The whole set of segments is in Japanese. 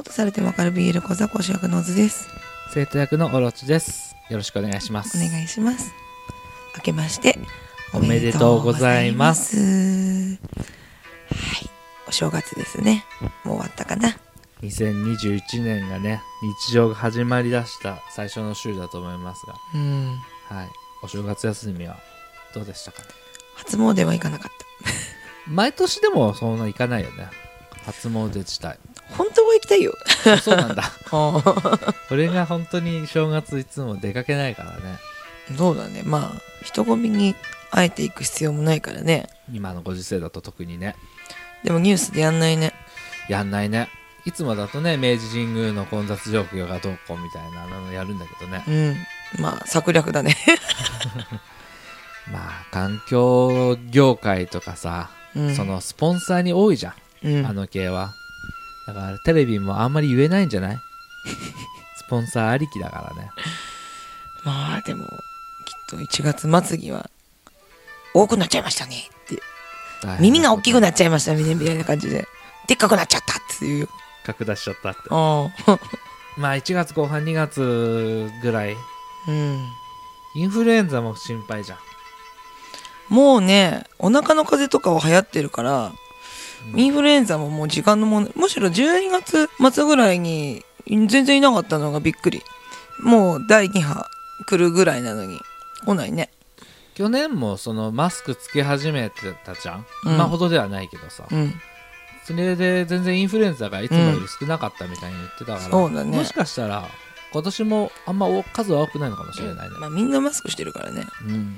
とされてわかる BL 講座講師役の図です。 生徒役のオロチです。よろしくお願いします。 お願いします。明けましておめでとうございます。 はい、お正月ですね。もう終わったかな。 2021年がね、日常が始まりだした最初の週だと思いますが、はい、お正月休みはどうでしたかね。 初詣は行かなかった。 毎年でもそんな行かないよね、初詣自体。 本当は行きたいよ。 そうなんだ。俺が本当に正月いつも出かけないからね。 そうだね。まあ人混みにあえて行く必要もないからね。 今のご時世だと特にね。 でもニュースでやんないね。 やんないね。いつもだとね、明治神宮の混雑状況がどうこうみたいなのやるんだけどね。 まあ策略だね。 まあ環境業界とかさ、そのスポンサーに多いじゃん、あの系は。だからテレビもあんまり言えないんじゃない？スポンサーありきだからね。 まあでもきっと1月末には多くなっちゃいましたねって、耳が大きくなっちゃいましたねみたいな感じで、でっかくなっちゃったっていう、 格出しちゃったって。まあ1月後半2月ぐらい、インフルエンザも心配じゃん。 もうね、お腹の風邪とかは流行ってるから、インフルエンザももう時間の問題。むしろ12月末ぐらいに全然いなかったのがびっくり。もう第2波来るぐらいなのに来ないね。 去年もそのマスクつけ始めてたじゃん、今ほどではないけどさ、それで全然インフルエンザがいつもより少なかったみたいに言ってたから、 そうだね、 もしかしたら今年もあんま数は多くないのかもしれないね。 まあみんなマスクしてるからね、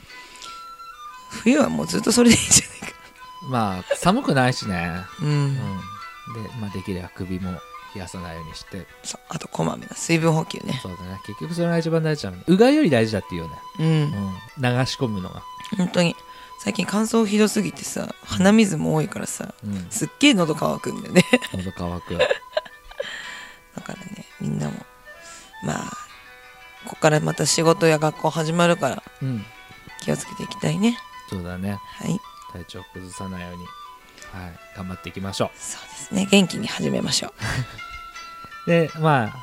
冬はもうずっとそれでいいんじゃないか。 まあ寒くないしね。で、まあ、できれば首も冷やさないようにして、 あとこまめな水分補給ね。 そうだね、結局それが一番大事だね。うがいより大事だっていうよね。流し込むのが本当に最近乾燥ひどすぎてさ、鼻水も多いからさ、すっげえ喉乾くんだよね。 喉乾く。 だからね、みんなもまあここからまた仕事や学校始まるから、気をつけていきたいね。 そうだね、 はい、 体調崩さないように、頑張っていきましょう。 そうですね、元気に始めましょう。で、まあ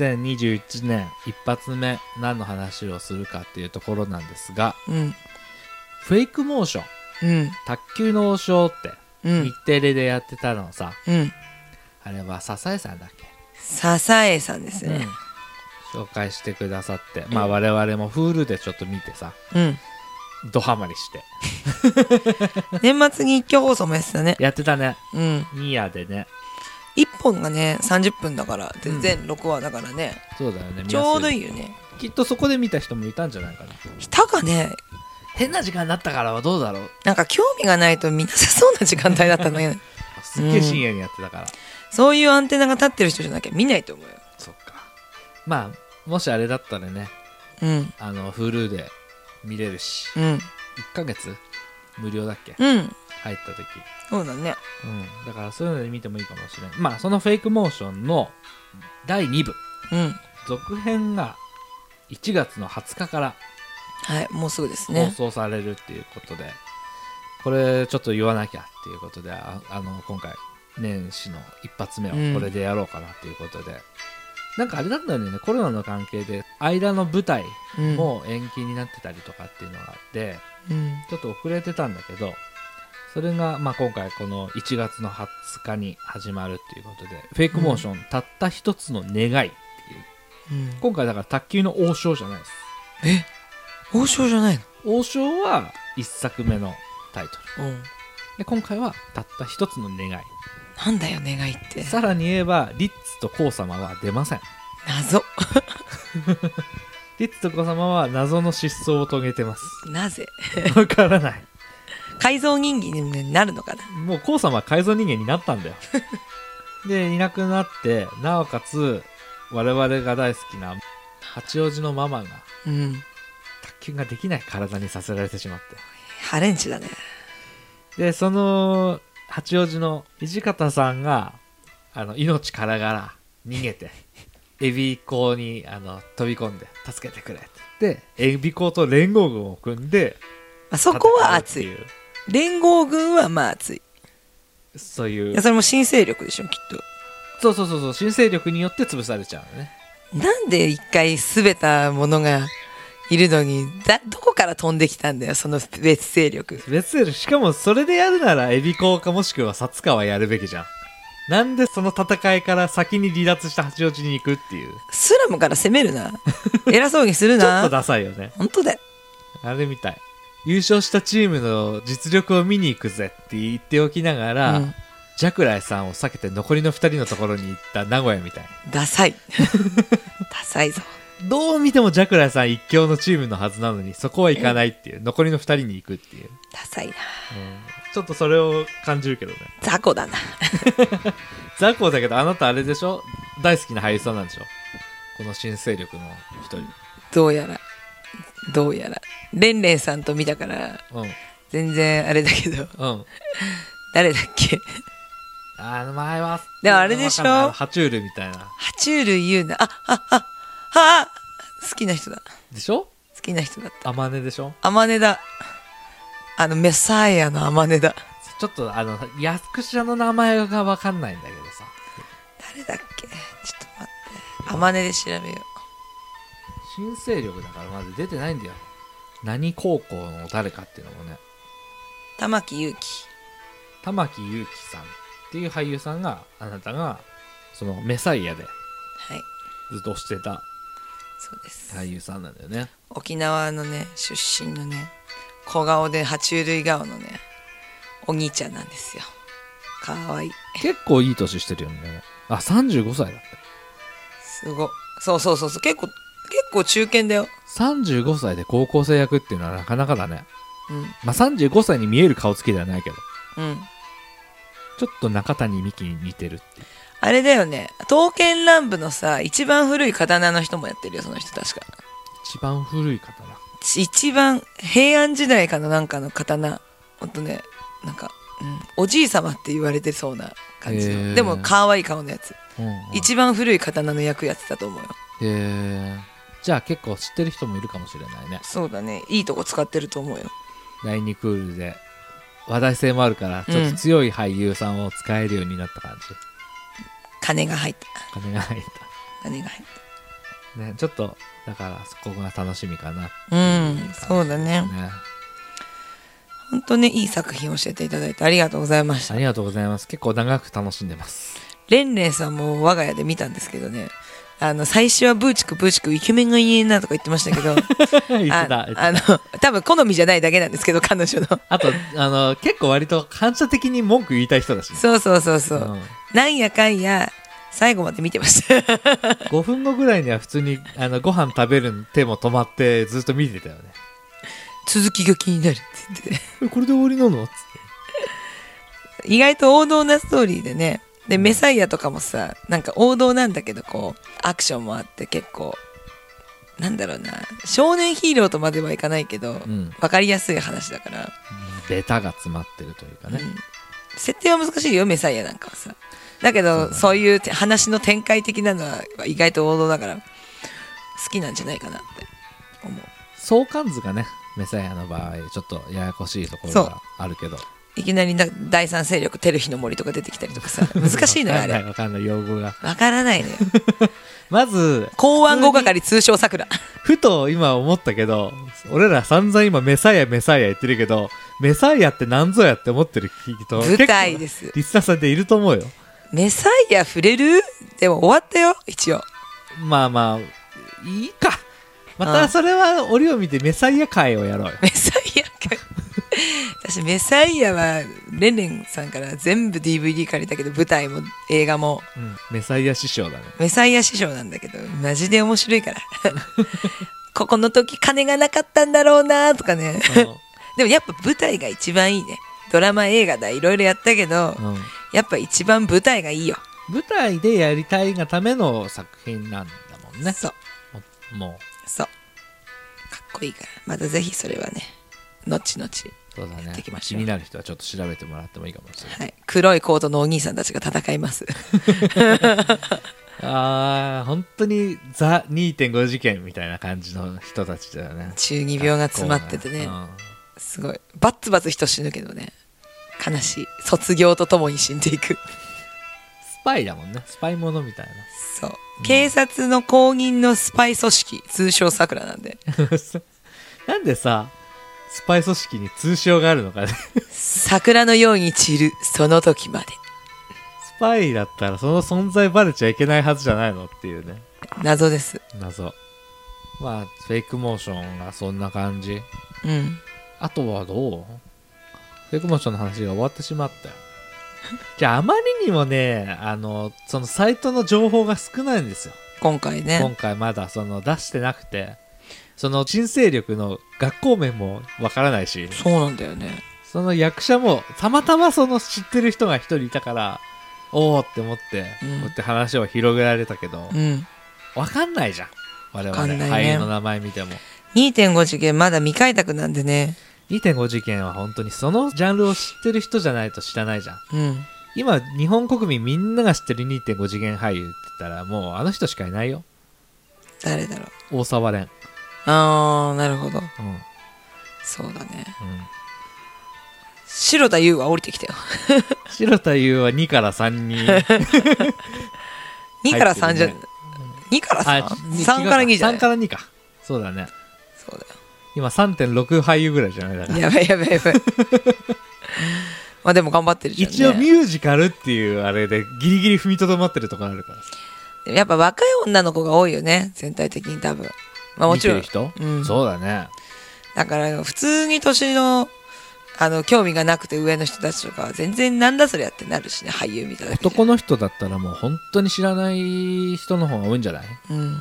2021年一発目何の話をするかっていうところなんですが、フェイクモーション、卓球の王将って、日テレでやってたのさ、あれは笹江さんだっけ。 笹江さんですね、 紹介してくださって、まあ我々も Hulu でちょっと見てさ、ドハマりして年末に一挙放送もやってたね。 やってたね。ニヤでね、 1本がね30分だから、全6話だからね、 そうだよね、 ちょうどいいよね。 きっとそこで見た人もいたんじゃないかな。 いたかね。 変な時間になったからはどうだろう。 なんか興味がないと見なさそうな時間帯だったんだけどすっげえ深夜にやってたから、 そういうアンテナが立ってる人じゃなきゃ見ないと思うよ。 そっか。まあもしあれだったらね、Hulu で見れるし、1ヶ月無料だっけ、入った時。 そうだね、 だからそういうので見てもいいかもしれない。まあそのフェイクモーションの第2部、続編が1月の20日からもうすぐですね、 放送されるっていうことで、これちょっと言わなきゃっていうことで、今回年始の一発目をこれでやろうかなっていうことで、なんかあれだったんだよね、コロナの関係で間の舞台も延期になってたりとかっていうのがあって、ちょっと遅れてたんだけど、それがまあ今回この1月の20日に始まるっていうことで、フェイクモーション、たった一つの願いっていう、今回だから卓球の王将じゃないです。 王将じゃないの？ 王将は1作目のタイトル、で今回はたった一つの願い。 なんだよ願いって。 さらに言えばリッツとコウ様は出ません。 謎。 リッツとコウ様は謎の失踪を遂げてます。 なぜ？ わからない。 改造人間になるのかな。 もうコウ様は改造人間になったんだよ。でいなくなって、なおかつ我々が大好きな八王子のママが、卓球ができない体にさせられてしまって、 ハレンチだね。 でその八王子の土方さんが命からがら逃げてエビ港に飛び込んで助けてくれって言って、エビ港と連合軍を組んで、 そこは熱い。連合軍はまあ熱い。 そういう、 いやそれも新勢力でしょきっと。 そうそうそうそう、新勢力によって潰されちゃうのね。 なんで一回全たものがいるのにどこから飛んできたんだよその別勢力。 別勢力、しかもそれでやるならエビコかもしくは薩川はやるべきじゃん。なんでその戦いから先に離脱した八王子に行くっていう。 スラムから攻めるな偉そうにするちょっな。 とダサいよね。 本当だよ。 あれみたい。優勝したチームの実力を見に行くぜって言っておきながら、 うんジャクライさんを避けて残りの2人のところに行った名古屋みたい。 ダサいダサいぞ。 どう見てもジャクライさん一強のチームのはずなのにそこは行かないっていう、残りの2人に行くっていう、 ダサいな。 ちょっとそれを感じるけどね。 雑魚だな雑魚だけど、あなたあれでしょ、大好きな俳優さんなんでしょ、この新勢力の一人。 どうやらレンレンさんと見たからうん全然あれだけどうん。 誰だっけ。 前はでもあれでしょ、 爬虫類みたいな爬虫類言うな。好きな人だ。 でしょ。 好きな人だった。 アマネでしょ。 アマネだ。メサイアのアマネだ。 ちょっと役者の名前が分かんないんだけどさ。 誰だっけ。ちょっと待って。アマネで調べよう。 新勢力だからまず出てないんだよ。何高校の誰かっていうのもね。 玉木祐希。 玉木祐希さんっていう俳優さんが、あなたがそのメサイアではいずっと推してたそうです。 俳優さんなんだよね。 沖縄のね出身のね小顔で爬虫類顔のねお兄ちゃんなんですよ。かわいい。 結構いい年してるよね。35歳だって。 すごい。そう結構中堅だよ。 35歳で高校生役っていうのはなかなかだね。 うんまあ35歳に見える顔つきではないけど、 うん。 ちょっと中谷美紀に似てるっていう。 あれだよね。刀剣乱舞のさ一番古い刀の人もやってるよその人確か。 一番古い刀。 一番平安時代かななんかの刀。ほんとねなんか、おじいさまって言われてそうな感じの。でも可愛い顔のやつ。一番古い刀の役やってたと思うよ。 へえ。じゃあ結構知ってる人もいるかもしれないね。 そうだね。いいとこ使ってると思うよ。 第2クールで話題性もあるからちょっと強い俳優さんを使えるようになった感じ。 金が入った。 金が入っ金が入ったね。ちょっとだからそこが楽しみかな。 そうだね。本当ねいい作品を教えていただいてありがとうございました。 ありがとうございます。結構長く楽しんでます。 レンレンさんも我が家で見たんですけどね。最初はブーチクイケメンがいいなとか言ってましたけど言ってた多分好みじゃないだけなんですけど彼女のあと結構割と反射的に文句言いたい人だし、ね、 そう、なんやかんや最後まで見てました 5分後ぐらいには普通にご飯食べる手も止まってずっと見てたよね。 続きが気になるって言ってこれで終わりなのっつって意外と王道なストーリーでね。でメサイアとかもさなんか王道なんだけどこうアクションもあって結構なんだろうな少年ヒーローとまではいかないけど、分かりやすい話だから、 ベタが詰まってるというかね、 設定は難しいよメサイアなんかはさ。だけどそういう話の展開的なのは意外と王道だから好きなんじゃないかなって思う。 相関図がねメサイアの場合ちょっとややこしいところがあるけどいきなり第三勢力テルヒの森とか出てきたりとかさ難しいのよあれ。 わかんない用語がわからないのよまず公安語係通称さくら。 ふと今思ったけど俺ら散々今メサイア言ってるけどメサイアって何ぞやって思ってる人舞台ですリスナーさんでいると思うよ。 メサイア触れるでも終わったよ一応。 まあいいか。またそれは折を見てメサイア会をやろうよ。 メサイア会私メサイアはレンレンさんから全部 DVD 借りたけど舞台も映画も、 メサイア師匠だね。 メサイア師匠なんだけどマジで面白いからここの時金がなかったんだろうなとかねでもやっぱ舞台が一番いいね。ドラマ映画だいろいろやったけど、やっぱ一番舞台がいいよ。 舞台でやりたいがための作品なんだもんね。そうもうそうかっこいいからまたぜひそれはね後々 そうだね、 やっていきましょう。 気になる人はちょっと調べてもらってもいいかもしれない、 はい、黒いコートのお兄さんたちが戦います本当にザ 2.5 事件みたいな感じの人たちだよね。 中二病が詰まっててね、すごいバッツバツ人死ぬけどね悲しい。卒業とともに死んでいくパイだもんね。スパイものみたいそう、警察の公認のスパイ組織、通称さくらなんで。 な。なんでさ、スパイ組織に通称があるのかね。 桜のように散るその時まで。 スパイだったらその存在バレちゃいけないはずじゃないのっていうね。 謎です。 謎。まあフェイクモーションがそんな感じ。 うん。 あとはどう？フェイクモーションの話が終わってしまったよ。じゃああまりにもね、そのサイトの情報が少ないんですよ。 今回ね。 今回まだその出してなくて、その新勢力の学校名もわからないし、 そうなんだよね。 その役者もたまたまその知ってる人が一人いたから、おーって思って、こうやって話を広げられたけど、わかんないじゃん。我々、俳優の名前見ても。 2.5 次元まだ未開拓なんでね。 2.5 次元は本当にそのジャンルを知ってる人じゃないと知らないじゃん。今日本国民みんなが知ってる 2.5 次元俳優って言ったらもうあの人しかいないよ。 誰だろう。 大沢蓮。 あー、なるほど。そうだね。白田優は降りてきたよ。 白田優は2から3に 2から3じゃ、2から 3?3 から2じゃない。 3から2か。そうだね。 そうだよ。 今 3.6 俳優ぐらいじゃないだから。 やばいやばいやばい。まあでも頑張ってるじゃんね。 一応ミュージカルっていうあれでギリギリ踏みとどまってるところあるからさ。 やっぱ若い女の子が多いよね、全体的に多分。まあもちろん。 見てる人？そうだね。 だから普通に年の興味がなくて上の人たちとかは全然なんだそれやってなるしね、俳優みたいな。 男の人だったらもう本当に知らない人の方が多いんじゃない？ そうだね。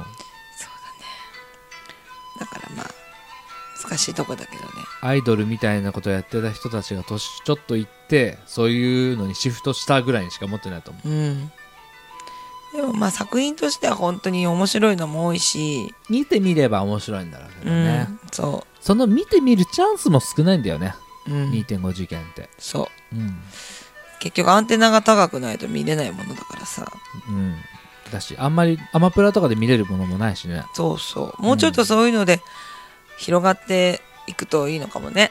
だからまあ難しいとこだけどね。 アイドルみたいなことやってた人たちが年ちょっといってそういうのにシフトしたぐらいにしか思ってないと思う。 でもまあ作品としては本当に面白いのも多いし、 見てみれば面白いんだろうけどね。 その見てみるチャンスも少ないんだよね。2.5 次元って。 そう、結局アンテナが高くないと見れないものだからさ。 だしあんまりアマプラとかで見れるものもないしね。 そうそう、もうちょっとそういうので広がっていくといいのかもね。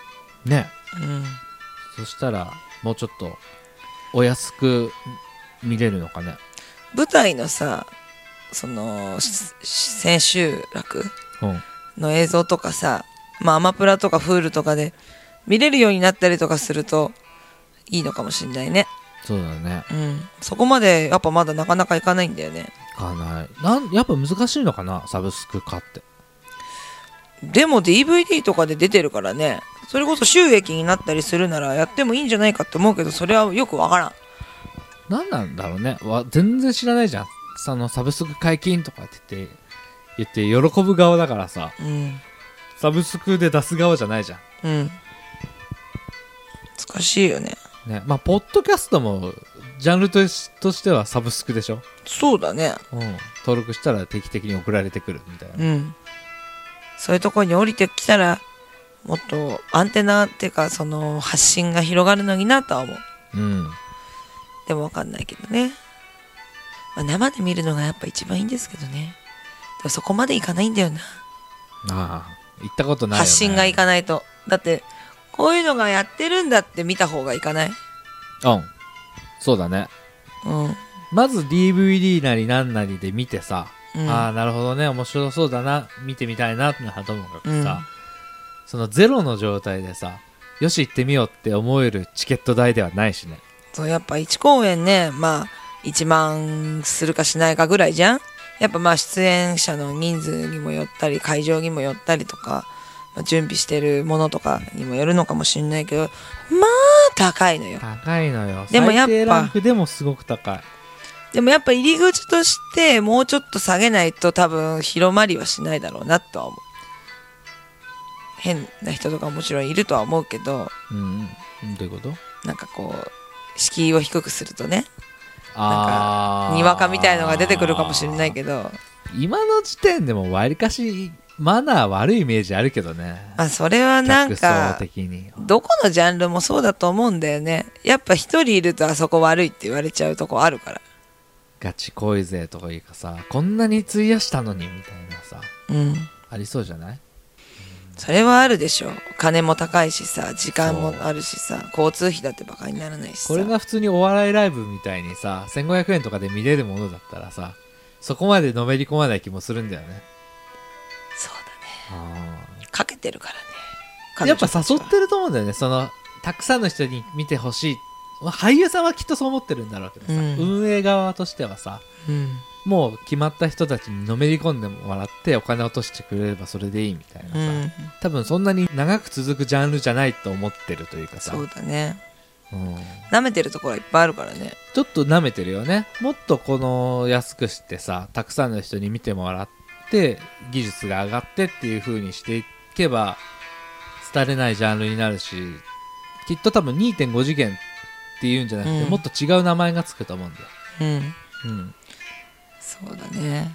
そしたらもうちょっとお安く見れるのかね。 舞台のさ、その千秋楽の映像とかさ、まあアマプラとかフールとかで見れるようになったりとかするといいのかもしれないね。 そうだね。 そこまでやっぱまだなかなかいかないんだよね。 いかない。やっぱ難しいのかな、サブスク化って。 でも DVD とかで出てるからね、それこそ収益になったりするならやってもいいんじゃないかって思うけど、それはよくわからん。 何なんだろうね。全然知らないじゃん。そのサブスク解禁とかって言って喜ぶ側だからさ、サブスクで出す側じゃないじゃん。難しいよね。 まあポッドキャストもジャンルとしてはサブスクでしょ。 そうだね。 登録したら定期的に送られてくるみたいな。 そういうところに降りてきたらもっとアンテナっていうかその発信が広がるのになとは思う。でも分かんないけどね、まあ、生で見るのがやっぱ一番いいんですけどね。でもそこまでいかないんだよな。 行ったことないよね。 発信がいかないと。だってこういうのがやってるんだって見た方がいかない？ そうだね。まず DVD なりなんなりで見てさ、なるほどね、面白そうだな、見てみたいなってのはともかくさ、そのゼロの状態でさ、よし行ってみようって思えるチケット代ではないしね。 そうやっぱ1公演ね、まあ1万するかしないかぐらいじゃん。やっぱまあ出演者の人数にもよったり会場にもよったりとか、準備してるものとかにもよるのかもしれないけど、まあ高いのよ。 高いのよ。 でもやっぱ最低ランクでもすごく高い。 でもやっぱ入り口としてもうちょっと下げないと多分広まりはしないだろうなとは思う。変な人とかもちろんいるとは思うけど、 どういうこと？ なんかこう敷居を低くするとね、なんかにわかみたいのが出てくるかもしれないけど、 今の時点でもわりかしマナー悪いイメージあるけどね。 それはなんか客層的にどこのジャンルもそうだと思うんだよね。やっぱ一人いるとあそこ悪いって言われちゃうとこあるから。 ガチ恋勢とかいうかさ、こんなに費やしたのにみたいなさ、ありそうじゃない？ それはあるでしょ。金も高いしさ、時間もあるしさ、交通費だってバカにならないしさ。 これが普通にお笑いライブみたいにさ1500円とかで見れるものだったらさ、そこまでのめり込まない気もするんだよね。 そうだね。 あかけてるからね。 やっぱ誘ってると思うんだよね。たくさんの人に見てほしい。俳優さんはきっとそう思ってるんだろうけどさ、運営側としてはさ、もう決まった人たちにのめり込んでもらってお金を落としてくれればそれでいいみたいなさ、多分そんなに長く続くジャンルじゃないと思ってるというかさ。 そうだね。舐めてるところはいっぱいあるからね。 ちょっと舐めてるよね。もっと安くしてさ、たくさんの人に見てもらって技術が上がってっていう風にしていけば廃れないジャンルになるし、きっと多分 2.5 次元っていうんじゃなくて、もっと違う名前がつくと思うんだよ。 そうだね。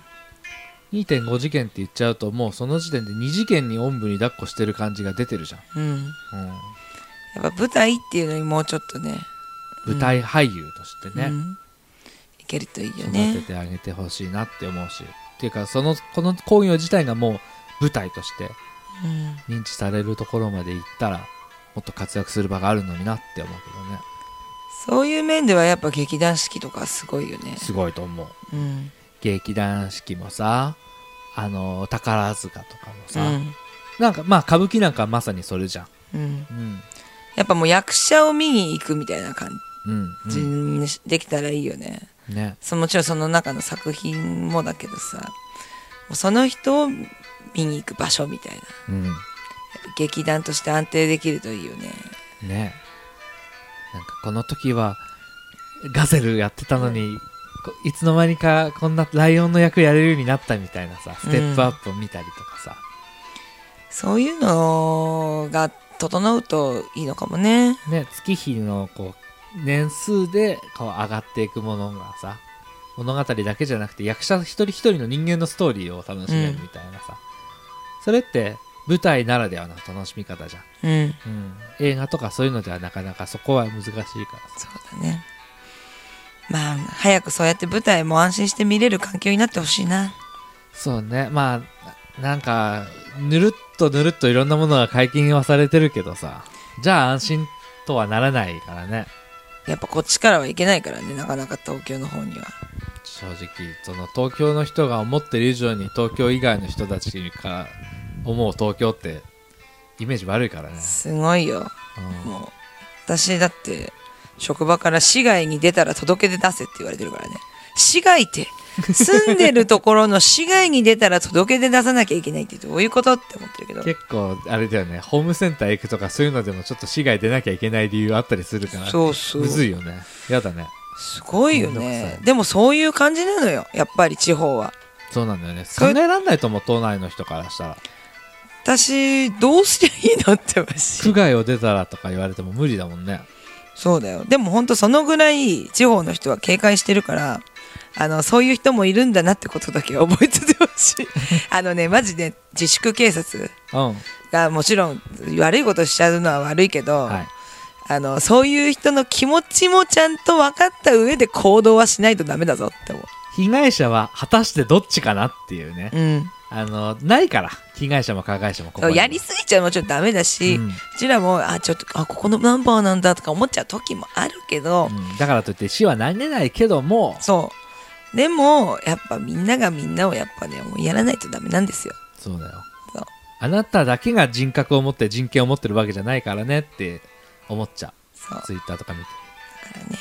2.5 次元って言っちゃうともうその時点で2次元におんぶに抱っこしてる感じが出てるじゃん。 やっぱ舞台っていうのにもうちょっとね、 舞台俳優としてね、 いけるといいよね。 育ててあげてほしいなって思うし、っていうかこの工業自体がもう舞台として認知されるところまで行ったらもっと活躍する場があるのになって思うけどね。 そういう面ではやっぱ劇団四季とかすごいよね。 すごいと思う。劇団四季もさ、宝塚とかもさ、なんかまあ歌舞伎なんかまさにそれじゃん。 やっぱもう役者を見に行くみたいな感じにできたらいいよね。もちろんその中の作品もだけどさ、もうその人を見に行く場所みたいな、劇団として安定できるといいよね。 なんかこの時はガゼルやってたのに、いつの間にかこんなライオンの役やれるようになったみたいなさ、ステップアップを見たりとかさ、 そういうのが整うといいのかもね。 月日の年数で上がっていくものがさ、物語だけじゃなくて役者一人一人の人間のストーリーを楽しめるみたいなさ、それって舞台ならではの楽しみ方じゃん。映画とかそういうのではなかなかそこは難しいからさ。 そうだね。まあ早くそうやって舞台も安心して見れる環境になってほしいな。 そうね。まあなんかぬるっといろんなものが解禁はされてるけどさ、じゃあ安心とはならないからね。やっぱこっちからはいけないからね、なかなか東京の方には。 正直東京の人が思ってる以上に東京以外の人たちが思う東京ってイメージ悪いからね。 すごいよ。もう私だって職場から市外に出たら届け出出せって言われてるからね。市外って住んでるところの市外に出たら届け出出さなきゃいけないってどういうことって思ってるけど、 結構あれだよね、ホームセンター行くとかそういうのでもちょっと市外出なきゃいけない理由あったりするから、むずいよね。やだね。 すごいよね。でもそういう感じなのよ、やっぱり地方は。 そうなんだよね。考えられないと思う、都内の人からしたら。 私どうすりゃいいのって話。 区外を出たらとか言われても無理だもんね。 そうだよ。でもほんとそのぐらい地方の人は警戒してるから、そういう人もいるんだなってことだけは覚えててほしい。マジで自粛警察がもちろん悪いことしちゃうのは悪いけど、そういう人の気持ちもちゃんと分かった上で行動はしないとダメだぞって思う。 被害者は果たしてどっちかなっていうね。ないから、被害者も加害者もここにやりすぎちゃうのもちろんダメだし、うちらもちょっとここのナンバーなんだとか思っちゃう時もあるけど、 だからといって死は投げないけども、 そうでもやっぱみんながみんなをやっぱねもうやらないとダメなんですよ。 そうだよ。あなただけが人格を持って人権を持ってるわけじゃないからねって思っちゃう。ツイッターとか見て。 だからね、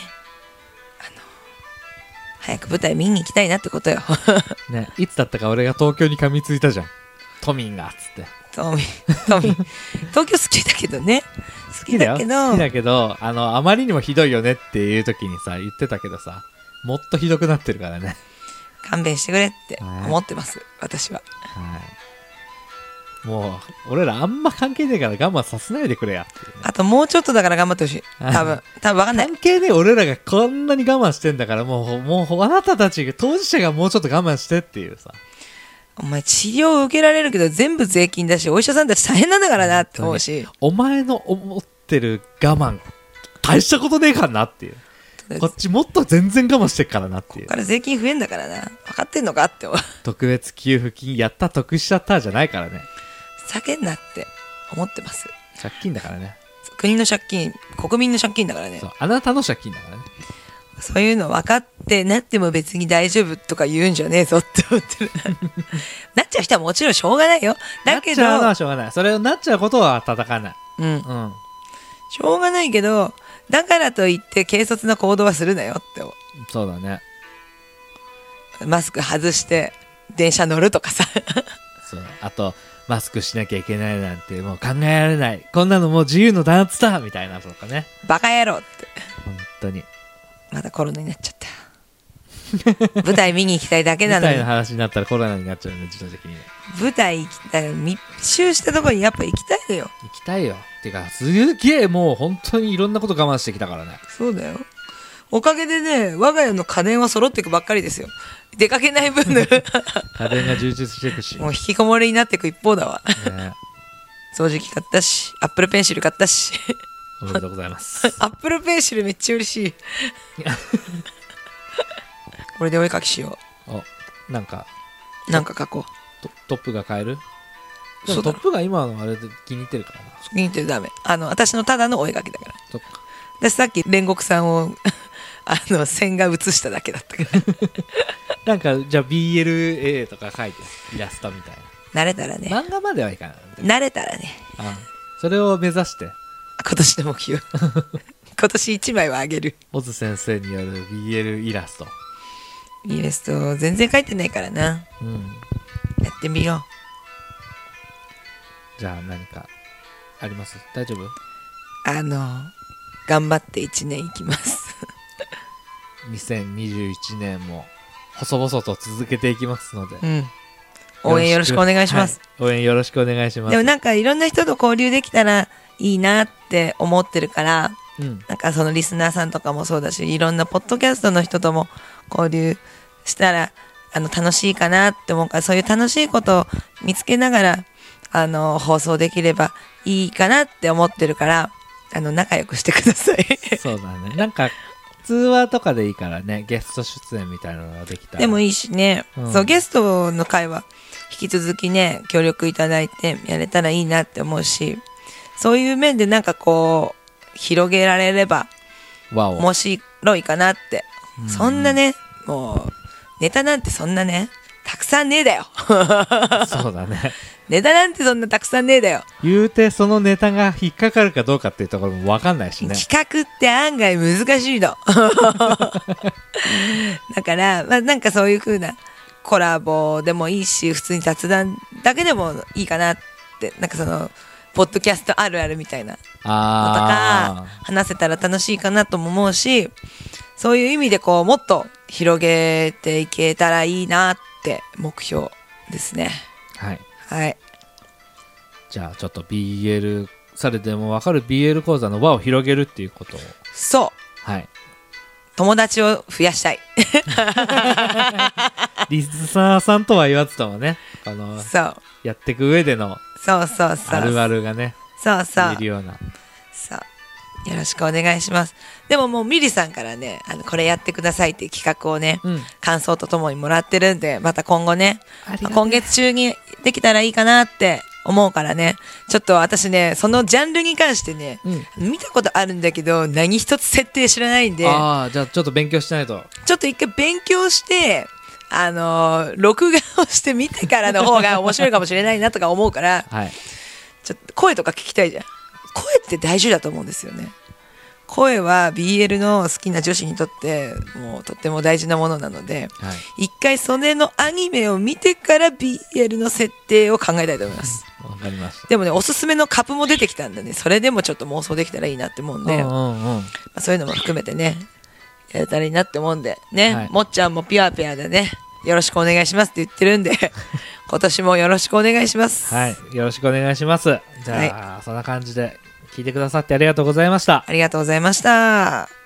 早く舞台見に行きたいなってことよ。 ね、いつだったか俺が東京に噛みついたじゃん。都民がっつって。 東京好きだけどね。好きだけどあまりにもひどいよねっていう時にさ言ってたけどさ、もっとひどくなってるからね。 勘弁してくれって思ってます、私は。 もう俺らあんま関係ねえから我慢させないでくれやっていう、ね、 あともうちょっとだから頑張ってほしい。多分分かんない。 関係ねえ俺らがこんなに我慢してんだから、もうあなたたちが当事者がもうちょっと我慢してっていうさ。 お前治療受けられるけど全部税金だし、お医者さんたち大変なんだからなって思うし、 お前の思ってる我慢大したことねえからなっていう。こっちもっと全然我慢してっからなっていう。 ここから税金増えんだからな、分かってんのかって思う。 特別給付金やった得しちゃったじゃないからね。 叫んなって。 思ってます。 借金だからね。 国の借金、国民の借金だからね。 そう、あなたの借金だからね。 そういうの分かってなっても別に大丈夫とか言うんじゃねえぞって思ってる。なっちゃう人はもちろんしょうがないよ。だけど、 なっちゃうのはしょうがない。それをなっちゃうことは叩かない。 うん、 うん。 しょうがないけど、だからといって軽率な行動はするなよって思そうだね。 う。マスク外して電車乗るとかさ。 そう。あと、マスクしなきゃいけないなんてもう考えられない。こんなのもう自由の弾圧だみたいなとかね。 バカ野郎って。 本当に。 またコロナになっちゃった。舞台見に行きたいだけなのに。 みたいな話になったらコロナになっちゃうね、自動的に。 舞台行きたい。密集したところにやっぱ行きたいのよ。 行きたいよ。てか、すげえもう本当にいろんなこと我慢してきたからね。 そうだよ。おかげでね、我が家の家電は揃っていくばっかりですよ。出かけない分の家電が充実していくし。 もう引きこもりになっていく一方だわ。 ね、 掃除機買ったし、アップルペンシル買ったし。 おめでとうございます。 アップルペンシルめっちゃ嬉しい。これでお絵かきしよお、なんかなんか書こトップが買える？でそうだもトップが今のあれで気に入ってるからな。 う。見てダメ。私のただのお絵かきだから。 そっか。 私さっき煉獄さんを線が写しただけだったから。 なんかじゃあ BLA とか書いてイラストみたい慣れたらね。 な。漫画まではいかない。 慣れたらね。 それを目指して今年の目標。今年1枚はあげる。 オズ先生による BL イラスト。 イラスト全然書いてないからな。 うん。 やってみよじゃあ何かあります？大丈夫？ う。頑張って1年いきます。 2021年も細々と続けていきますので、 うん。応援よろしくお願いします。 はい、応援よろしくお願いします。 でもなんかいろんな人と交流できたらいいなって思ってるから、 うん、 なんかそのリスナーさんとかもそうだし、いろんなポッドキャストの人とも交流したら楽しいかなって思うから、そういう楽しいことを見つけながら放送できればいいかなって思ってるから、仲良くしてください。 そうだね。なんか通話とかでいいからね、ゲスト出演みたいなのができたらでもいいしね、 うん、 そうゲストの会は引き続きね協力いただいてやれたらいいなって思うし、そういう面でなんかこう広げられれば面白いかなって、そんなねもうネタなんてそんなねたくさんねえだよ。 そうだね。 ネタなんてそんなたくさんねえだよ。 言うてそのネタが引っかかるかどうかっていうところも分かんないしね。 企画って案外難しいの。だから、まあ、なんかそういう風なコラボでもいいし、普通に雑談だけでもいいかなって、なんかそのポッドキャストあるあるみたいなのとか話せたら楽しいかなとも思うし、そういう意味でこうもっと広げていけたらいいなって目標ですね。 はい。 はい。 じゃあちょっと BL されても分かる BL 講座の輪を広げるっていうことを。 そう。 はい。 友達を増やしたい。 リスナーさんとは言わずともね、 そうやっていく上でのそうそうそうあるあるがね、 そうそう言えるような。 そうよろしくお願いします。でももうミリさんからねこれやってくださいっていう企画をね、 うん、 感想とともにもらってるんで、また今後ね今月中にできたらいいかなって思うからね、ちょっと私ねそのジャンルに関してね、見たことあるんだけど何一つ設定知らないんで、 じゃあちょっと勉強しないと。 ちょっと一回勉強して録画をして見てからの方が面白いかもしれないなとか思うから、 はい、 ちょっと声とか聞きたいじゃん。声って大事だと思うんですよね。声は BL の好きな女子にとってもうとっても大事なものなので、 はい、 一回それのアニメを見てから BL の設定を考えたいと思います。 わかりました。 でもねおすすめのカップも出てきたんでね、それでもちょっと妄想できたらいいなって思うんで、そういうのも含めてねやれたらいいなって思うんでね、はい、もっちゃんもピュアペアでねよろしくお願いしますって言ってるんで今年もよろしくお願いします。 はい、よろしくお願いします。じゃあ、はい、そんな感じで聞いてくださってありがとうございました。 ありがとうございました。